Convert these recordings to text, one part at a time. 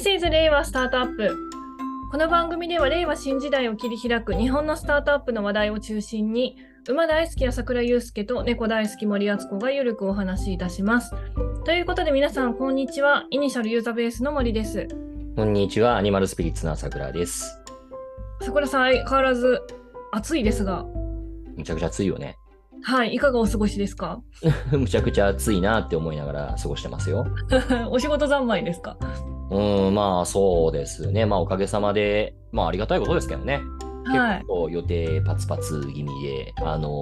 This is 令和スタートアップ。この番組では令和新時代を切り開く日本のスタートアップの話題を中心に、馬大好き朝倉祐介と猫大好き森敦子がゆるくお話しいたします。ということで皆さんこんにちは。イニシャルユーザーベースの森です。 こんにちは。アニマルスピリッツの朝倉です。 朝倉さん、相変わらず暑いですが。 むちゃくちゃ暑いよね。 はい、いかがお過ごしですか？ むちゃくちゃ暑いなって思いながら過ごしてますよ。 お仕事三昧ですか？ まあそうですね。まあおかげさまで、まあありがたいことですけどね。 はい、 結構予定パツパツ気味で、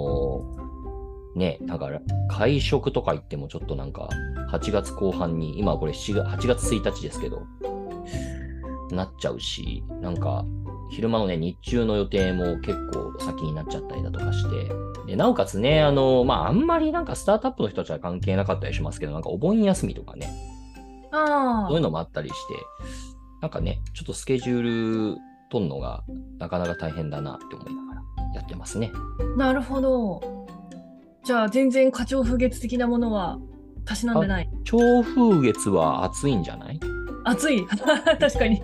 なんか会食とか行ってもちょっとなんか8月後半に、今これ8月1日ですけど、なっちゃうし、なんか昼間のね、日中の予定も結構先になっちゃったりだとかして、でなおかつね、あんまりなんかスタートアップの人たちは関係なかったりしますけど、なんかお盆休みとかね、そういうのもあったりして、なんかね、ちょっとスケジュール取るのがなかなか大変だなって思いながらやってますね。 なるほど。じゃあ全然花鳥風月的なものはたしなんでない。 花鳥風月は暑いんじゃない？ 暑い。確かに。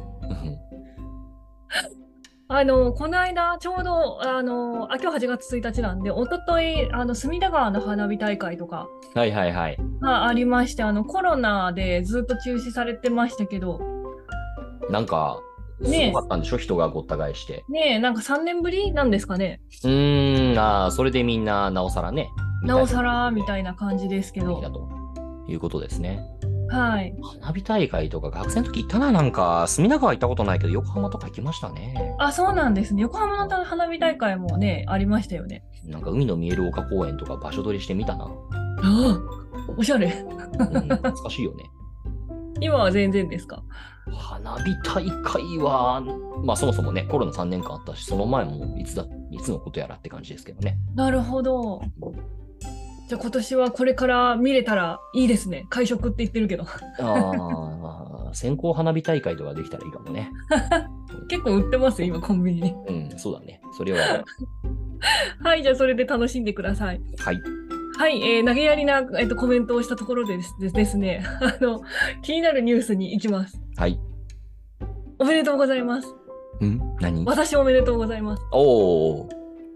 この間、ちょうど、今日8月1日なんで、おととい、隅田川の花火大会とかはいはいはい。 がありまして、コロナでずっと中止されてましたけど、 なんか、すごかったんでしょ、人がごった返して。 ねえ、なんか3年ぶりなんですかね。 それでみんな、なおさらね。 なおさらみたいな感じですけど。 だということですね。 はい。 花火大会とか学生の時行ったな、なんか、隅田川行ったことないけど、横浜とか行きましたね。 あ、そうなんですね。横浜の花火大会もね、ありましたよね。 なんか海の見える丘公園とか場所取りしてみたな。 ああ、おしゃれ。 懐かしいよね。 今は全然ですか？ 花火大会は、まあそもそもね、コロナ3年間あったし、その前もいつのことやらって感じですけどね。 なるほど。じゃあ今年はこれから見れたらいいですね。会食って言ってるけど。 線香花火大会とかできたらいいかもね。 結構売ってます今コンビニに。 そうだね。それは。 はい、じゃあそれで楽しんでください。 はい。 はい、投げやりな、コメントをしたところでですね、気になるニュースに行きます。 はい。 おめでとうございます。 何？ 私おめでとうございます。 おー。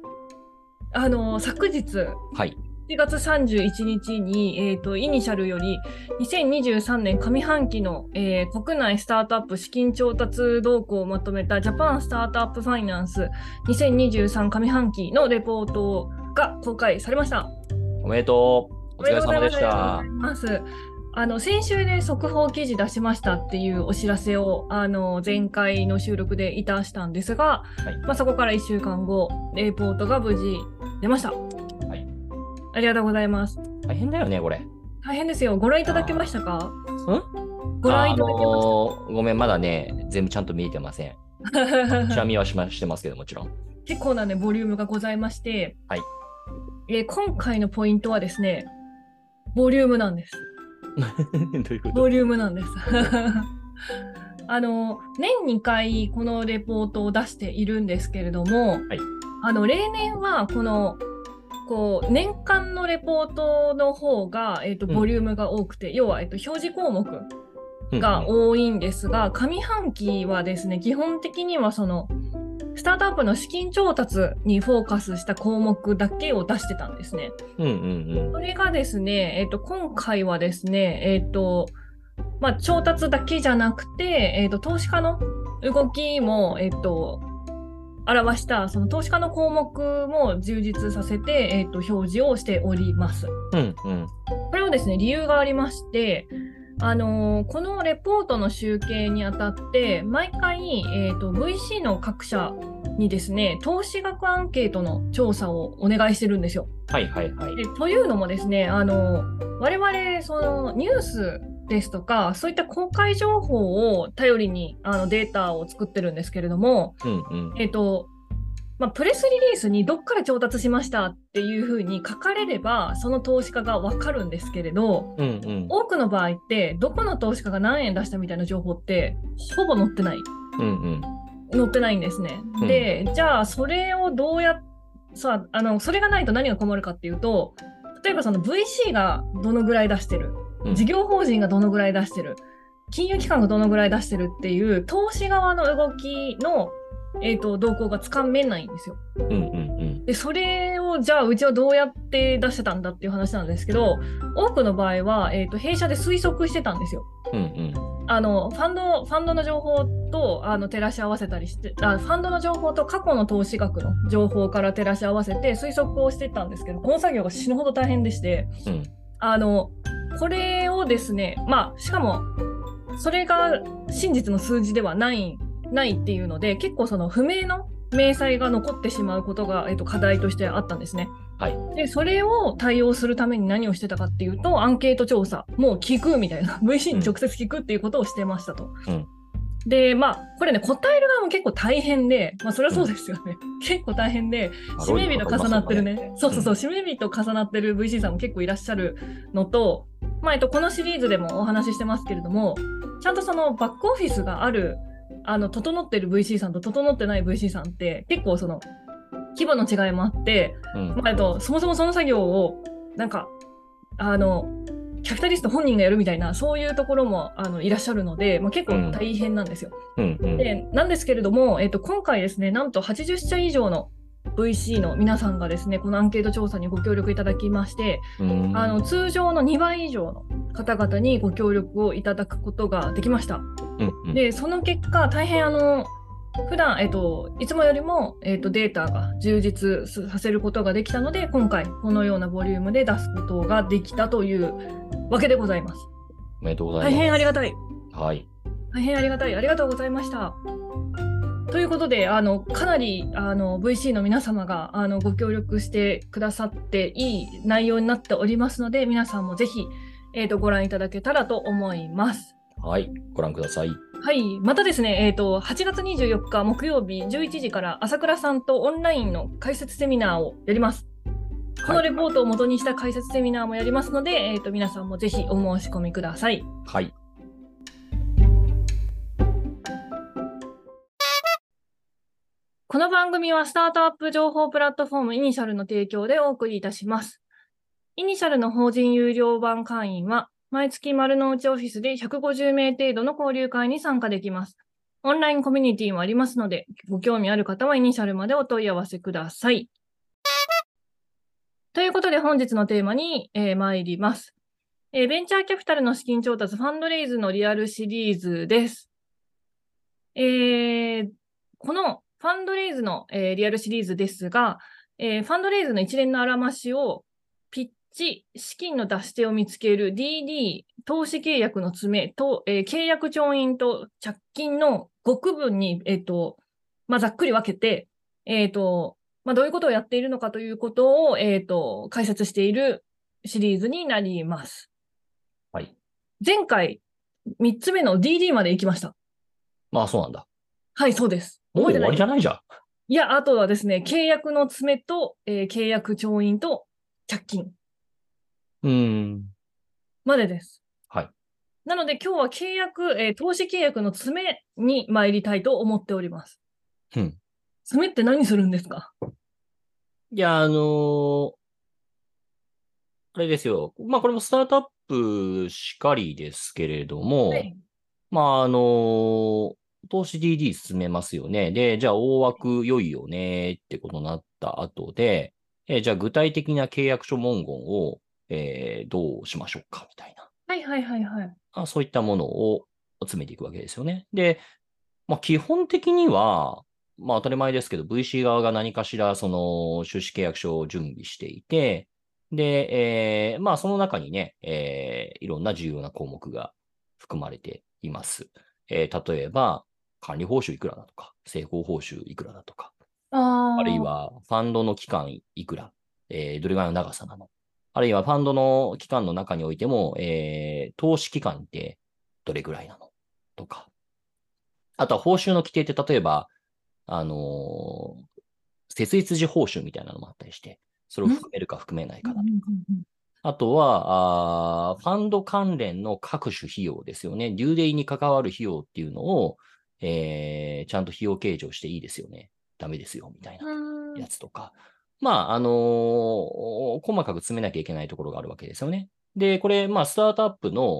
昨日、 はい。 7月31日に、イニシャルより2023年上半期の、国内スタートアップ資金調達動向をまとめたジャパンスタートアップファイナンス2023上半期のレポートが公開されました。 おめでとう。お疲れ様でした。 先週で速報記事出しましたっていうお知らせを前回の収録でいたしたんですが、はい、そこから1週間後レポートが無事出ました。はい、ありがとうございます。 大変だよねこれ。 大変ですよ。ご覧いただけましたか？ご覧いただけました？ ごめん、まだね全部ちゃんと見えてません。ちなみはしてますけど、もちろん結構なねボリュームがございまして、 はい、 今回のポイントはですね、ボリュームなんです。 どういうこと？ ボリュームなんです。年2回このレポートを出しているんですけれども、はい、例年はこう年間のレポートの方が、ボリュームが多くて、要は、表示項目が多いんですが、上半期はですね、基本的にはそのスタートアップの資金調達にフォーカスした項目だけを出してたんですね。それがですね、今回はですね、調達だけじゃなくて、投資家の動きも、表したその投資家の項目も充実させて、表示をしております。これはですね、理由がありまして、このレポートの集計にあたって毎回、VC の各社にですね、投資額アンケートの調査をお願いしてるんですよ。 はいはいはい。 でというのもですね、我々そのニュースですとかそういった公開情報を頼りにデータを作ってるんですけれども、プレスリリースにどっから調達しましたっていうふうに書かれればその投資家が分かるんですけれど、多くの場合ってどこの投資家が何円出したみたいな情報ってほぼ載ってない、載ってないんですね。で、じゃあそれをどうやっそれがないと何が困るかっていうと、例えばその VC がどのぐらい出してる、事業法人がどのぐらい出してる、 金融機関がどのぐらい出してるっていう、投資側の動きの、動向がつかめないんですよ。で、それを、じゃあ、うちはどうやって出してたんだっていう話なんですけど、多くの場合は、弊社で推測してたんですよ。ファンドの情報と照らし合わせたりして、ファンドの情報と過去の投資額の情報から照らし合わせて推測をしてたんですけど、この作業が死ぬほど大変でして、これをですね、しかもそれが真実の数字ではないっていうので、結構その不明の明細が残ってしまうことが、課題としてあったんですね。はい、でそれを対応するために何をしてたかっていうと、アンケート調査もう聞くみたいな、VC に直接聞くっていうことをしてましたと。でこれね、答える側も結構大変で、それはそうですよね、結構大変で、締め日と重なってるね、締め日と重なってる VC さんも結構いらっしゃるのと、このシリーズでもお話ししてますけれども、ちゃんとそのバックオフィスがある整ってる VC さんと整ってない VC さんって結構その規模の違いもあって、そもそもその作業をなんかキャピタリスト本人がやるみたいな、そういうところもいらっしゃるので、結構大変なんですよ。でなんですけれども、今回ですね、なんと80社以上の VC の皆さんがですね、このアンケート調査にご協力いただきまして、通常の2倍以上の方々にご協力をいただくことができました。でその結果、大変普段、いつもよりも、データが充実させることができたので、今回このようなボリュームで出すことができたというわけでございます。 おめでとうございます。 大変ありがたい。 はい。 大変ありがたい。ありがとうございました。ということで、かなりVC の皆様がご協力してくださっていい内容になっておりますので、皆さんもぜひ、ご覧いただけたらと思います。 はい、ご覧ください。 はい、またですね、8月24日木曜日11時から朝倉さんとオンラインの解説セミナーをやります。このレポートを元にした解説セミナーもやりますので、皆さんもぜひお申し込みください。 はい。 この番組はスタートアップ情報プラットフォームイニシャルの提供でお送りいたします。イニシャルの法人有料版会員は、毎月丸の内オフィスで150名程度の交流会に参加できます。オンラインコミュニティもありますので、ご興味ある方はイニシャルまでお問い合わせください。ということで本日のテーマに、参ります。ベンチャーキャピタルの資金調達ファンドレイズのリアルシリーズです。このファンドレイズの、リアルシリーズですが、ファンドレイズの一連のあらましを資金の出し手を見つける DD、投資契約の詰めと、契約調印と着金の5区分に、ざっくり分けて、どういうことをやっているのかということを、解説しているシリーズになります。 はい。 前回、3つ目の DD まで行きました。 そうなんだ。 はい、そうです。 もう終わりじゃないじゃん。 いや、あとはですね、契約の詰めと、契約調印と着金。までです。 はい。 なので今日は契約、投資契約の詰めに参りたいと思っております。詰めって何するんですか？ いや、あれですよ。これもスタートアップしかりですけれども、はい、投資 DD 進めますよね。で、じゃあ大枠良いよねってことになった後で、じゃあ具体的な契約書文言をどうしましょうかみたいな。そういったものを詰めていくわけですよね。で、基本的には、当たり前ですけど、VC 側が何かしら、その、出資契約書を準備していて、で、その中にね、いろんな重要な項目が含まれています。例えば、管理報酬いくらだとか、成功報酬いくらだとか、あるいは、ファンドの期間いくら、どれぐらいの長さなの。あるいは、ファンドの期間の中においても、投資期間ってどれぐらいなのとか。あとは、報酬の規定って、例えば、設立時報酬みたいなのもあったりして、それを含めるか含めないかだとか。あとはファンド関連の各種費用ですよね。デューデイに関わる費用っていうのを、ちゃんと費用計上していいですよね。ダメですよ、みたいなやつとか。細かく詰めなきゃいけないところがあるわけですよね。で、これ、スタートアップの、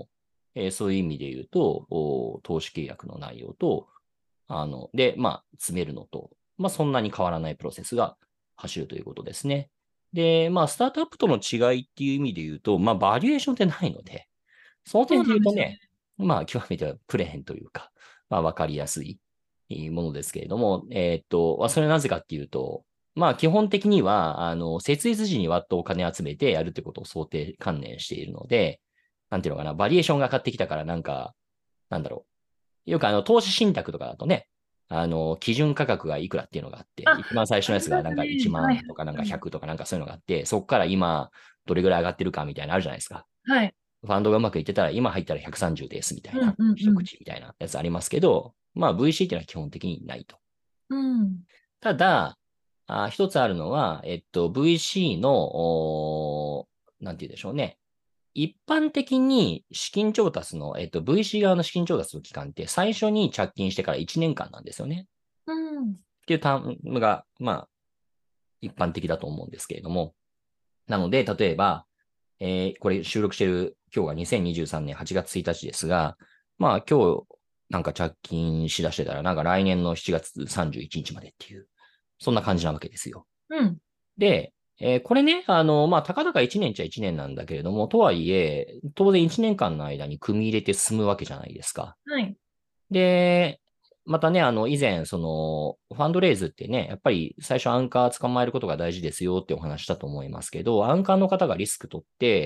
そういう意味で言うと、投資契約の内容と、詰めるのと、そんなに変わらないプロセスが走るということですね。で、スタートアップとの違いっていう意味で言うと、バリエーションってないので、その点でそうなんですよね。 言うとね、極めてプレーンというか、わかりやすいものですけれども、それはなぜかっていうと、基本的には、設立時に割ってお金集めてやるってことを想定観念しているので、なんていうのかな、バリエーションが上がってきたからなんだろう。よく投資信託とかだとね、基準価格がいくらっていうのがあって、 あ、 一番最初のやつがありますなんか1 ね。はい万とかなんか100とかなんかそういうのがあって、そこから今、どれぐらい上がってるかみたいなのあるじゃないですか。 はい。 ファンドがうまくいってたら、今入ったら130ですみたいな、 うんうん一口みたいなやつありますけど、VC っていうのは基本的にないと。 うん。うん。 ただ、一つあるのは、VC の、なんて言うでしょうね。一般的に資金調達の、VC 側の資金調達の期間って最初に着金してから1年間なんですよね。 うん。 っていうタームが、一般的だと思うんですけれども。なので、例えば、これ収録してる今日が2023年8月1日ですが、今日なんか着金しだしてたら、なんか来年の7月31日までっていう、そんな感じなわけですよ。 うん。 で、これね、たかだか1年っちゃ1年なんだけれども、とはいえ、当然1年間の間に組み入れて進むわけじゃないですか。 はい。 で、またね、以前、ファンドレイズってね、やっぱり最初アンカー捕まえることが大事ですよってお話したと思いますけど、アンカーの方がリスク取って、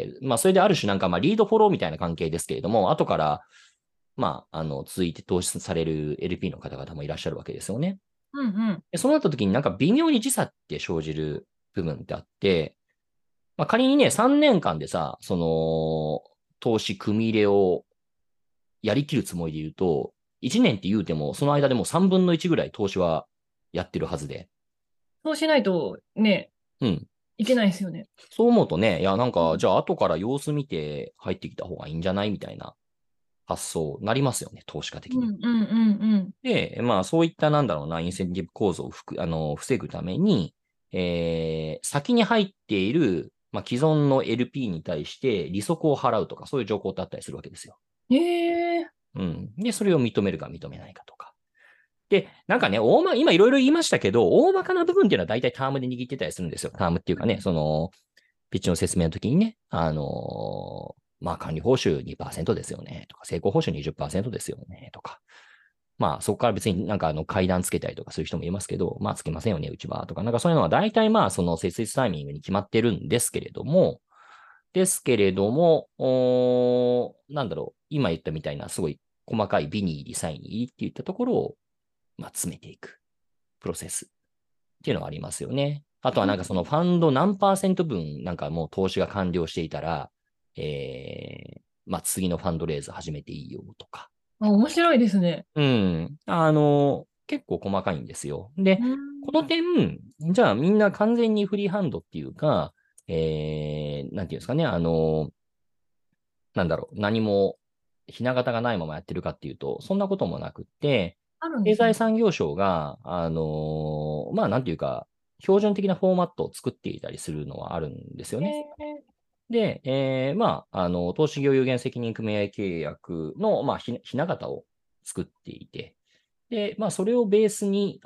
それである種なんか、リードフォローみたいな関係ですけれども、後から、続いて投資される LP の方々もいらっしゃるわけですよね。 うんうん。 でそうなった時になんか微妙に時差って生じる部分ってあって、仮にね、3年間でさ、投資組み入れをやりきるつもりで言うと、1年って言うても、その間でもう3分の1ぐらい投資はやってるはずで。 そうしないとね、 うん。 いけないですよね。 そう思うとね、いや、なんか、 うんじゃあ後から様子見て入ってきた方がいいんじゃないみたいな発想なりますよね、投資家的に。 うんうんうんで、そういったなんだろうな、インセンティブ構造を防ぐために、先に入っている、既存の LP に対して利息を払うとか、そういう条項ってあったりするわけですよ。 うん。へえ。 うん。で、それを認めるか認めないかとか。で、なんかね、今いろいろ言いましたけど、大まかな部分っていうのは大体タームで握ってたりするんですよ。タームっていうかね、ピッチの説明の時にね、管理報酬2%ですよね、とか、成功報酬20%ですよね、とか。そこから別になんか階段つけたりとかする人もいますけど、つけませんよね、うちは、とか、なんかそういうのは大体その設立タイミングに決まってるんですけれども、なんだろう、今言ったみたいなすごい細かいビニーリ、サイン入りっていったところを、詰めていくプロセスっていうのはありますよね。あとはなんかそのファンド何パーセント分なんかもう投資が完了していたら、次のファンドレイズ始めていいよとか。 あ、面白いですね。 うん。結構細かいんですよ。で、 うん。 この点、じゃあみんな完全にフリーハンドっていうか、なんていうんですかね、なんだろう、何もひな形がないままやってるかっていうと、そんなこともなくって、経済あるんですね。 産業省が、なんていうか、標準的なフォーマットを作っていたりするのはあるんですよへね。 え。 で、投資業有限責任組合契約の、ひな形を作っていて、で、それをベースに、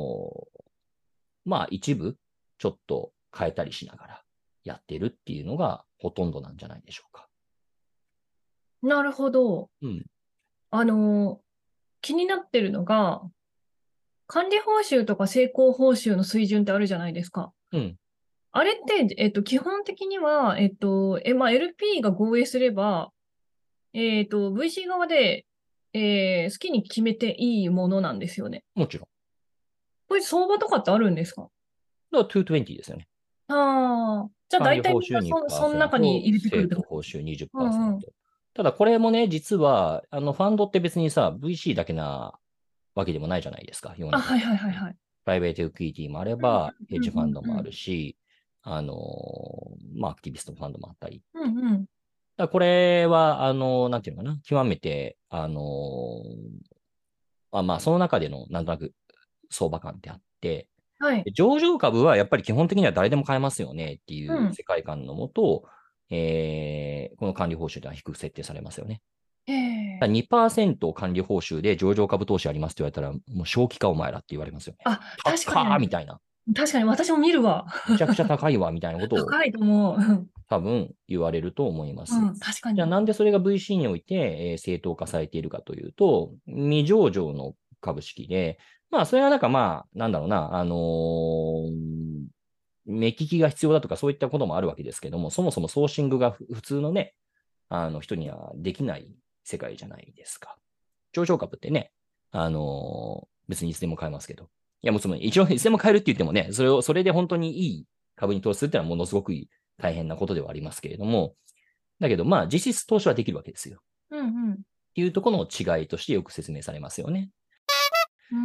一部、ちょっと変えたりしながらやってるっていうのがほとんどなんじゃないでしょうか。 なるほど。 うん。 あの、気になってるのが、管理報酬とか成功報酬の水準ってあるじゃないですか。 うん。 あれって、基本的には、LP が合意すれば、VC 側で、好きに決めていいものなんですよね。 もちろん。 これ相場とかってあるんですか？ だから220ですよね。 ああー、じゃあ管理大体報酬みんなその中に 2%、 入れてくる成ってこと？ 功報酬うんうん。 20%。ただこれもね、実は、ファンドって別にさ、VC だけなわけでもないじゃないですか、世のあ、はい中に。 はいはいはい。 プライベートエクイティもあれうんば、ヘッジファンドもあうんうんるし、アクティビストファンドもあったり。 うん。うんうん。 だからこれは、なんていうのかな、極めて、その中での、なんとなく相場感ってあって、 はい。 上場株はやっぱり基本的には誰でも買えますよねっていうん。 う世界観のもと、この管理報酬では低く設定されますよね。 ええ。 2%管理報酬で上場株投資ありますって言われたら、もう正気かお前らって言われますよね。 あ、確か高ーに、 みたいな。 確かに私も見るわ。 めちゃくちゃ高いわみたいなことを高いと思う。うん多分言われると思います。 うん、確かに。 じゃあなんでそれが VC において、正当化されているかというと、未上場の株式で、まあそれはなんかまあ、なんだろうな、目利きが必要だとかそういったこともあるわけですけども、そもそもソーシングが普通のね、人にはできない世界じゃないですか。上場株ってね、別にいつでも買えますけど。いや、もう一応いつでも買えるって言ってもね、それで本当にいい株に投資するってのはものすごく大変なことではありますけれども、だけどまあ実質投資はできるわけですよ。 うんっていうところの違いとしてよく説明されますよね。 うん。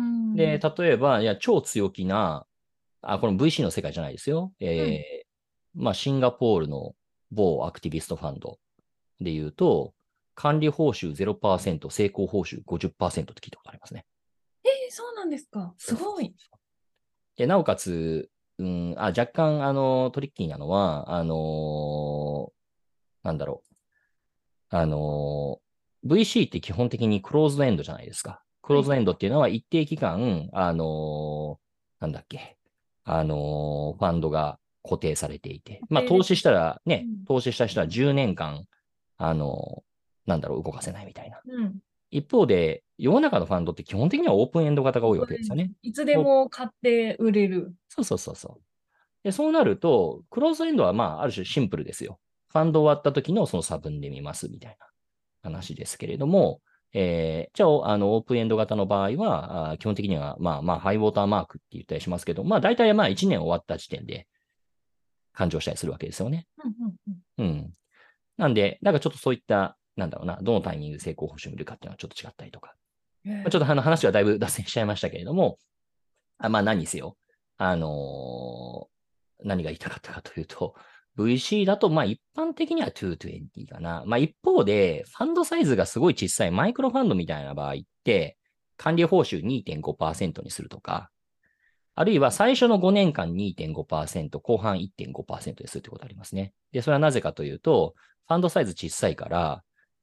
うで、 ん。 例えば、いや、超強気な、この VC の世界じゃないですよ。 うん。 まあ、シンガポールの某アクティビストファンドで言うと、管理報酬0%、成功報酬50%って聞いたことありますね。 そうなんですか。 そうそうすごい。 そうそう。で、なおかつ、若干、トリッキーなのは、なんだろう。VC って基本的にクローズドエンドじゃないですか。クはい。 ローズドエンドっていうのは一定期間、なんだっけ、ファンドが固定されていて、まあ、投資したらね、 うん。 投資した人は10年間、あの動かせないみたいな。 うん。 一方で、世の中のファンドって基本的にはオープンエンド型が多いわけですよね。 いつでも買って売れる。 そうそうそうそう。で、そうなると、クローズドエンドはまあ、ある種シンプルですよ。ファンド終わった時のその差分で見ますみたいな話ですけれども、じゃあ、オープンエンド型の場合は、基本的には、まあまあ、ハイウォーターマークって言ったりしますけど、まあ、大体まあ、1年終わった時点で勘定したりするわけですよね。 うんうんうん。 うん。なんで、なんかちょっとそういった、なんだろうな、どのタイミングで成功報酬を見るかっていうのはちょっと違ったりとか。まあ、ちょっと話はだいぶ脱線しちゃいましたけれども、まあ何にせよ、何が言いたかったかというと、VC だと、まあ一般的には220かな。まあ一方で、ファンドサイズがすごい小さいマイクロファンドみたいな場合って、管理報酬2.5%にするとか、あるいは最初の5年間2.5%、後半1.5%にするってことありますね。で、それはなぜかというと、ファンドサイズ小さいから、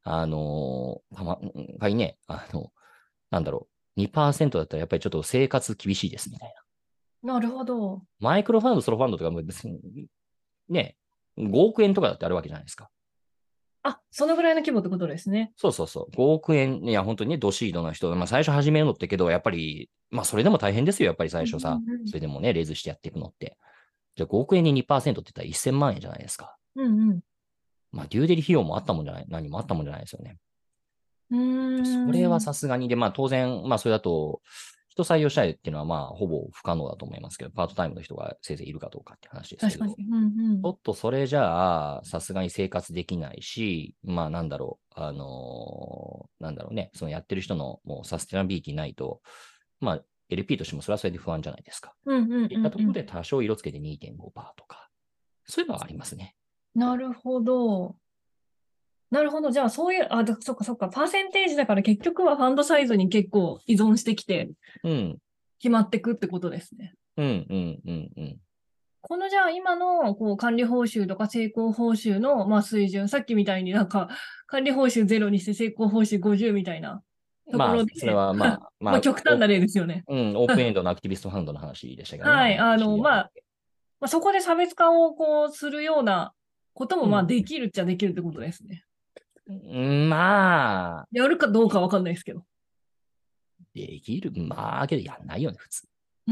仮にね、なんだろう、2%だったらやっぱりちょっと生活厳しいですみたいな。 なるほど。 マイクロファンド、ソロファンドとかも別に、ね、5億円とかだってあるわけじゃないですか。 あ、そのぐらいの規模ってことですね。 そうそうそう。5億円、いや、本当にね、ドシードな人、まあ最初始めるのってけど、やっぱり、まあそれでも大変ですよ、やっぱり最初さ。それでもね、レイズしてやっていくのって。じゃあ5億円に2%って言ったら1000万円じゃないですか。 うんうん。 まあデューデリ費用もあったもんじゃない、何もあったもんじゃないですよね。 うそれはーん。 さすがに、で、まあ当然、まあそれだと、人採用したいっていうのはまあほぼ不可能だと思いますけど、パートタイムの人がせいぜいいるかどうかって話ですけ確かに。 ど、 うんうん。 ちょっとそれじゃあ、さすがに生活できないし、まあなんだろう、なんだろうね、そのやってる人のもうサステナビリティないと、まあ LP としてもそれはそれで不安じゃないですか。 うんうんいったところうんうん。 で多少色つけて2.5%とか、そういうのはありますね。 なるほど。なるほど。じゃあ、そういう、そっかそっか。パーセンテージだから結局はファンドサイズに結構依存してきてうん、 決まってくってことですね。 うん、うん、うん、うん。 このじゃあ今のこう管理報酬とか成功報酬のまあ水準、さっきみたいになんか管理報酬ゼロにして成功報酬50みたいなとこまあ、 ろで、 それはまあ、ままああ、オ極端な例ですよね。 ープンエンドのアクティビストファンドの話でしたけどね。 はい。 CR まあ、そこで差別化をこうするようなこともまあうん。 できるっちゃできるってことですね。 まあ、 やるかどうかわかんないですけど。 できる。まあ、けどやんないよね、普通。 うん。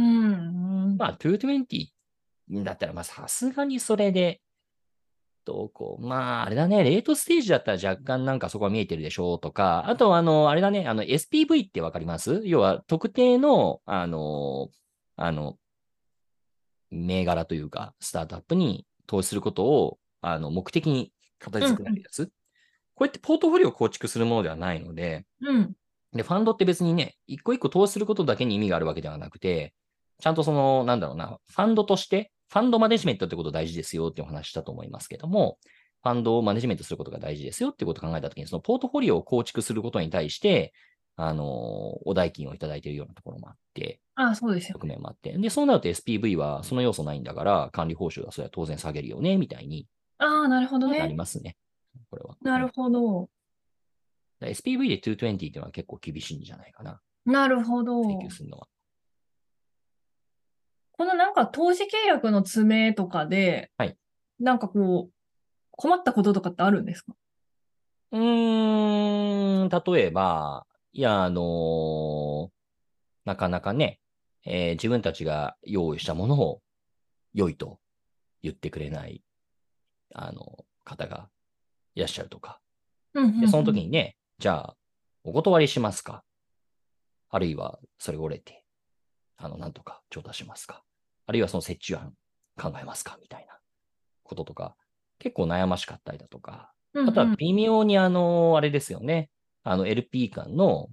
まあ、220だったら、まあ、さすがにそれで、まあ、あれだね、レートステージだったら若干なんかそこは見えてるでしょうとか、あと、あれだね、SPV ってわかります？要は、特定の、あの、銘柄というか、スタートアップに投資することを、目的に形作られるうん。 やつ。こうやってポートフォリオを構築するものではないので、 うん。 で、ファンドって別にね、一個一個投資することだけに意味があるわけではなくて、ちゃんとその、なんだろうな、ファンドとして、ファンドマネジメントってこと大事ですよっていうお話したと思いますけども、ファンドをマネジメントすることが大事ですよっていうことを考えたときに、そのポートフォリオを構築することに対して、お代金をいただいているようなところもあって、 あ、そうですよね。 側面もあって。で、そうなると SPV はその要素ないんだから、管理報酬はそれは当然下げるよね、みたいにああ、なるほどなりね。 ますね。これは。 なるほど。 SPV で220っていうのは結構厳しいんじゃないかな。 なるほど。 請求するのは。 このなんか投資契約の詰めとかで、 はい。 なんかこう、困ったこととかってあるんですか？ 例えば、いや、なかなかね、自分たちが用意したものを良いと言ってくれない、方がいらっしゃるとか。 うんうんで、そのうん。 時にね、じゃあ、お断りしますか？あるいは、それを折れて、なんとか調達しますか？あるいはその折衷案考えますか？みたいなこととか、結構悩ましかったりだとか、あとはうんうん。 微妙にあれですよね。LP 間の、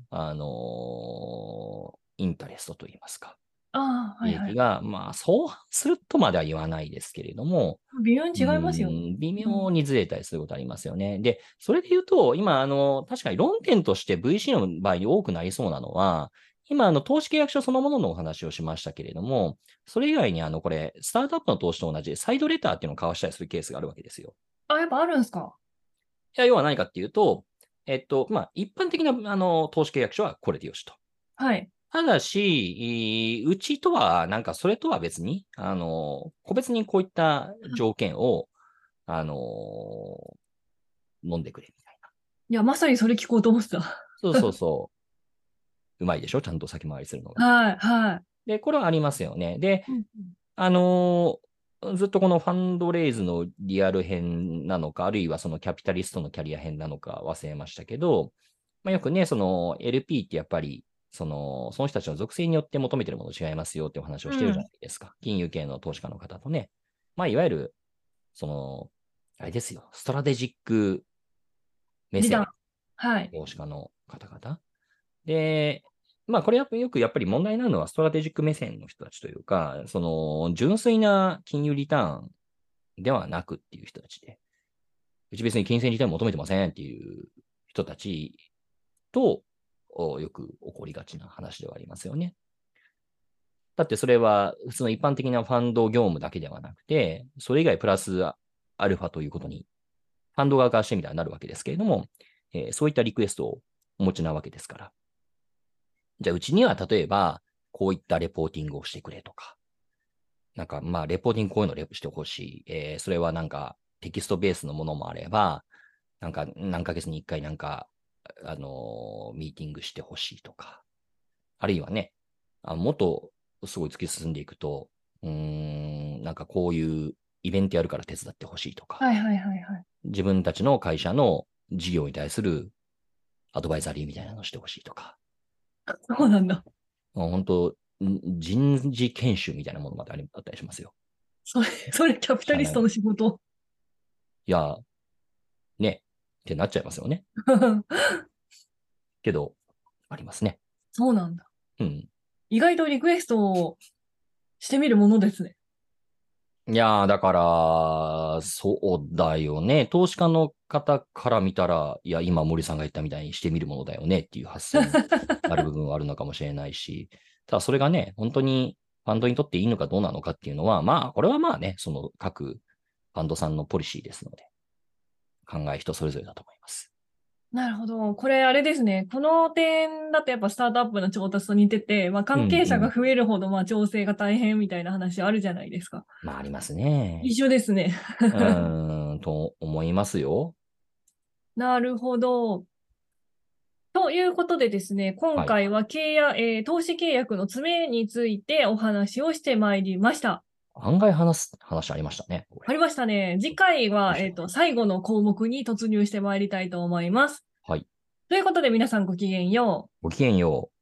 インタレストといいますか。 ああ、はいはい。 利益が、まあ、相反するとまでは言わないですけれども、 微妙に違いますよね。 微うん。 妙にずれたりすることありますよね。で、それで言うと、今、確かに論点として VC の場合に多くなりそうなのは、今、投資契約書そのもののお話をしましたけれども、それ以外に、これ、スタートアップの投資と同じサイドレターっていうのを交わしたりするケースがあるわけですよ。 あ、やっぱあるんですか？ いや、要は何かっていうと、まあ、一般的な、投資契約書はこれでよしと。 はい。 ただし、うちとは、なんかそれとは別に、個別にこういった条件を、あの、飲んでくれみたいな。 いや、まさにそれ聞こうと思ってた。 そうそうそう。うまいでしょちゃんと先回りするのが。 はい、はい。 で、これはありますよね。で、 うんあのずっとこのファンドレイズのリアル編なのか、あるいはそのキャピタリストのキャリア編なのか忘れましたけど、まあ、よくね、その LP ってやっぱり、その人たちの属性によって求めてるもの違いますよってお話をしてるじゃうん。 ないですか。金融系の投資家の方とね。まあ、いわゆる、あれですよ。ストラテジック目線、 リターン。はい。 投資家の方々。で、まあ、これよくやっぱり問題なのはストラテジック目線の人たちというか、純粋な金融リターンではなくっていう人たちで、うち別に金銭リターン求めてませんっていう人たちと、よく起こりがちな話ではありますよね。だってそれは普通の一般的なファンド業務だけではなくて、それ以外プラスアルファということに、ファンド側からしてみたらなるわけですけれども、そういったリクエストをお持ちなわけですから。じゃあうちには例えば、こういったレポーティングをしてくれとか、なんかまあレポーティングこういうのレポしてほしい。それはなんかテキストベースのものもあれば、なんか何ヶ月に一回なんか、ミーティングしてほしいとか、あるいはね、もっとすごい突き進んでいくと、なんかこういうイベントやるから手伝ってほしいとか、 はいはいはいはい。 自分たちの会社の事業に対するアドバイザリーみたいなのをしてほしいとか、 そうなんだ。 もう本当、人事研修みたいなものまであったりしますよ。 それキャピタリストの社内。 仕事。 いや、ね、ってなっちゃいますよね。けど、ありますね。 そうなんだ。 うん。 意外とリクエストをしてみるものですね。 いやー、だから、そうだよね。投資家の方から見たら、いや、今森さんが言ったみたいにしてみるものだよねっていう発想になる部分はあるのかもしれないし、ただそれがね、本当にファンドにとっていいのかどうなのかっていうのは、まあ、これはまあね、その各ファンドさんのポリシーですので、考え人それぞれだと思います。 なるほど。これあれですね。この点だとやっぱスタートアップの調達と似てて、まあうん関係者がうん。 増えるほどまあ調整が大変みたいな話あるじゃないですか。 まあ、ありますね。 一緒ですね。 と思いますよ。 なるほど。ということでですね、今はい。 回は投資契約の詰めについてお話をしてまいりました。 案外話す話ありましたね、これ。 ありましたね。次回は、 でしたね。 最後の項目に突入してまいりたいと思います。 はい。 ということで皆さんごきげんよう。 ごきげんよう。